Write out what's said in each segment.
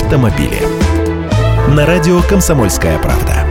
автомобили. На радио «Комсомольская правда».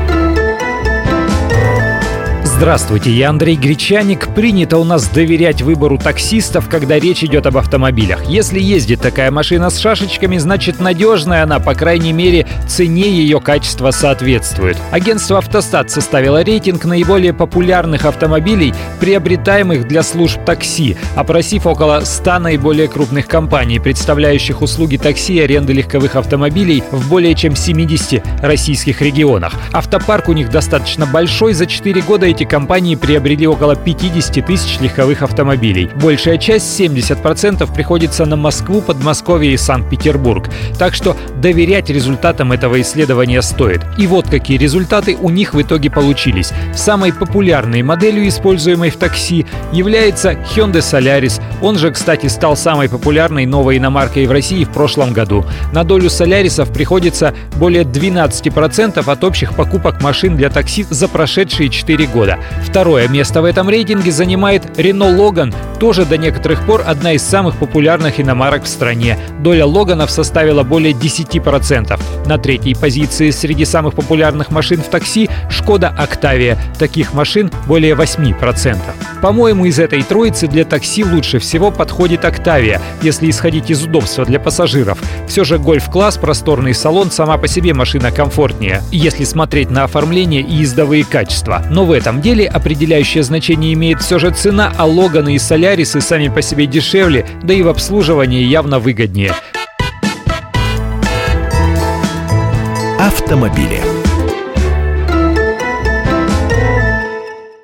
Здравствуйте, я Андрей Гречаник. Принято у нас доверять выбору таксистов, когда речь идет об автомобилях. Если ездит такая машина с шашечками, значит надежная она, по крайней мере, цене ее качества соответствует. Агентство «Автостат» составило рейтинг наиболее популярных автомобилей, приобретаемых для служб такси, опросив около 100 наиболее крупных компаний, представляющих услуги такси и аренды легковых автомобилей в более чем 70 российских регионах. Автопарк у них достаточно большой. За 4 года эти компании приобрели около 50 тысяч легковых автомобилей. Большая часть, 70%, приходится на Москву, Подмосковье и Санкт-Петербург. Так что доверять результатам этого исследования стоит. И вот какие результаты у них в итоге получились. Самой популярной моделью, используемой в такси, является Hyundai Solaris. Он же, кстати, стал самой популярной новой иномаркой в России в прошлом году. На долю Солярисов приходится более 12% от общих покупок машин для такси за прошедшие 4 года. Второе место в этом рейтинге занимает Renault Logan, тоже до некоторых пор одна из самых популярных иномарок в стране. Доля Логанов составила более 10%. На третьей позиции среди самых популярных машин в такси Шкода Octavia. Таких машин более 8%. По-моему, из этой троицы для такси лучше всего подходит Octavia, если исходить из удобства для пассажиров. Все же гольф-класс, просторный салон, сама по себе машина комфортнее, если смотреть на оформление и ездовые качества. Но в этом деле определяющее значение имеет все же цена, а Логаны и Солярисы сами по себе дешевле, да и в обслуживании явно выгоднее. Автомобили.